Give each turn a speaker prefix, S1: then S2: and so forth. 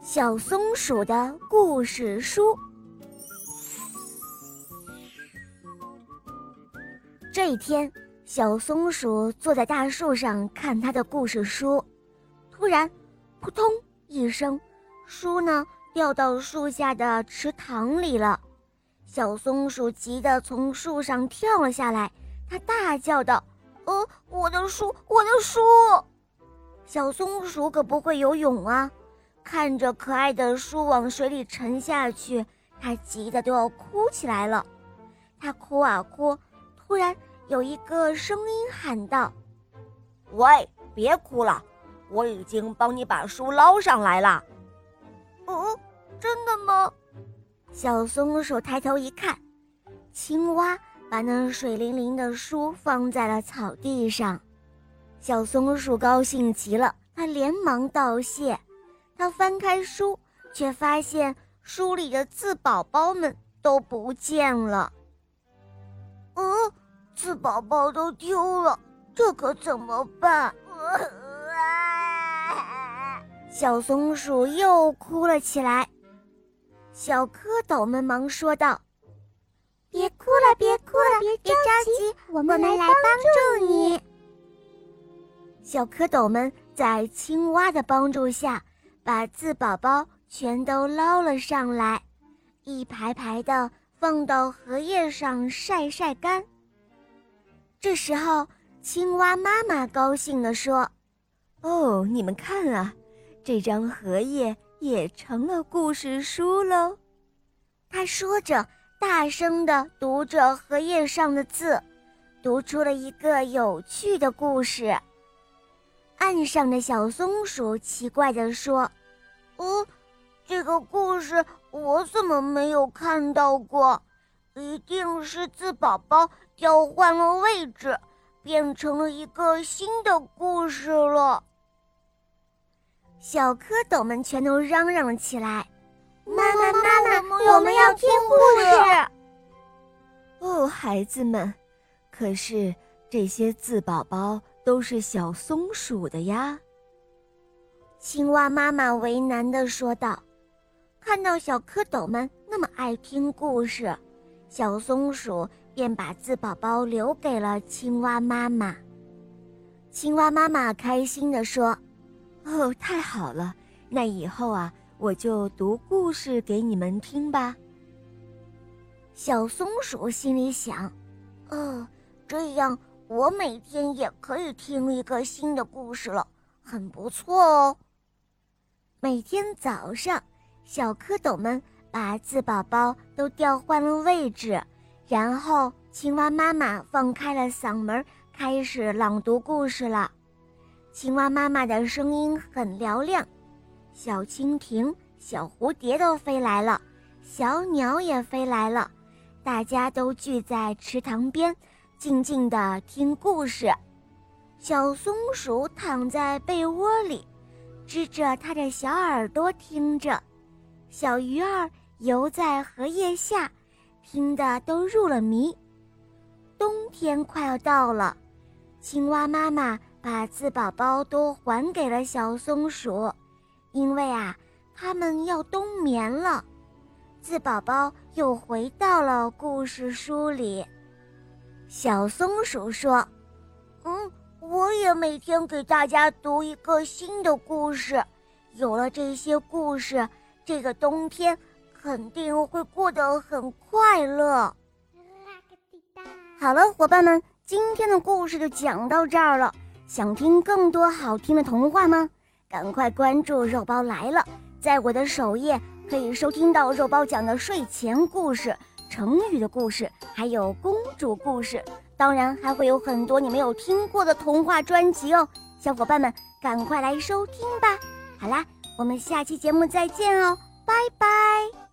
S1: 小松鼠的故事书。这一天，小松鼠坐在大树上看它的故事书，突然扑通一声，书呢掉到树下的池塘里了。小松鼠急得从树上跳了下来，它大叫道：我的书，我的书！小松鼠可不会游泳啊，看着可爱的书往水里沉下去，它急得都要哭起来了。它哭啊哭，突然有一个声音喊道：
S2: 喂，别哭了，我已经帮你把书捞上来了。
S1: 真的吗？小松鼠抬头一看，青蛙把那水灵灵的书放在了草地上。小松鼠高兴极了，它连忙道谢。它翻开书，却发现书里的字宝宝们都不见了。字宝宝都丢了，这可怎么办？小松鼠又哭了起来。小蝌蚪们忙说道：别哭了，别哭了，别着急，我们来帮助你。小蝌蚪们在青蛙的帮助下，把字宝宝全都捞了上来，一排排的放到荷叶上晒晒干。这时候，青蛙妈妈高兴地说：
S3: 你们看啊，这张荷叶也成了故事书喽。
S1: 她说着，大声地读着荷叶上的字，读出了一个有趣的故事。岸上的小松鼠奇怪地说：这个故事我怎么没有看到过？一定是字宝宝调换了位置，变成了一个新的故事了。小蝌蚪们全都嚷嚷了起来：妈妈，我们要听故
S3: 事！孩子们，可是这些字宝宝都是小松鼠的呀。
S1: 青蛙妈妈为难地说道。看到小蝌蚪们那么爱听故事，小松鼠便把字宝宝留给了青蛙妈妈。青蛙妈妈开心地说：
S3: 太好了，那以后啊，我就读故事给你们听吧。
S1: 小松鼠心里想：这样我每天也可以听一个新的故事了，很不错哦。每天早上，小蝌蚪们把字宝宝都调换了位置，然后青蛙妈妈放开了嗓门，开始朗读故事了。青蛙妈妈的声音很嘹亮，小蜻蜓、小蝴蝶都飞来了，小鸟也飞来了，大家都聚在池塘边，静静地听故事。小松鼠躺在被窝里，支着它的小耳朵听着。小鱼儿游在荷叶下，听得都入了迷。冬天快要到了，青蛙妈妈把字宝宝都还给了小松鼠，因为它们要冬眠了。字宝宝又回到了故事书里。小松鼠说：我也每天给大家读一个新的故事，有了这些故事，这个冬天肯定会过得很快乐。好了，伙伴们，今天的故事就讲到这儿了。想听更多好听的童话吗？赶快关注肉包来了，在我的首页可以收听到肉包讲的睡前故事、成语的故事，还有公主故事，当然还会有很多你没有听过的童话专辑哦。小伙伴们赶快来收听吧。好啦，我们下期节目再见哦，拜拜。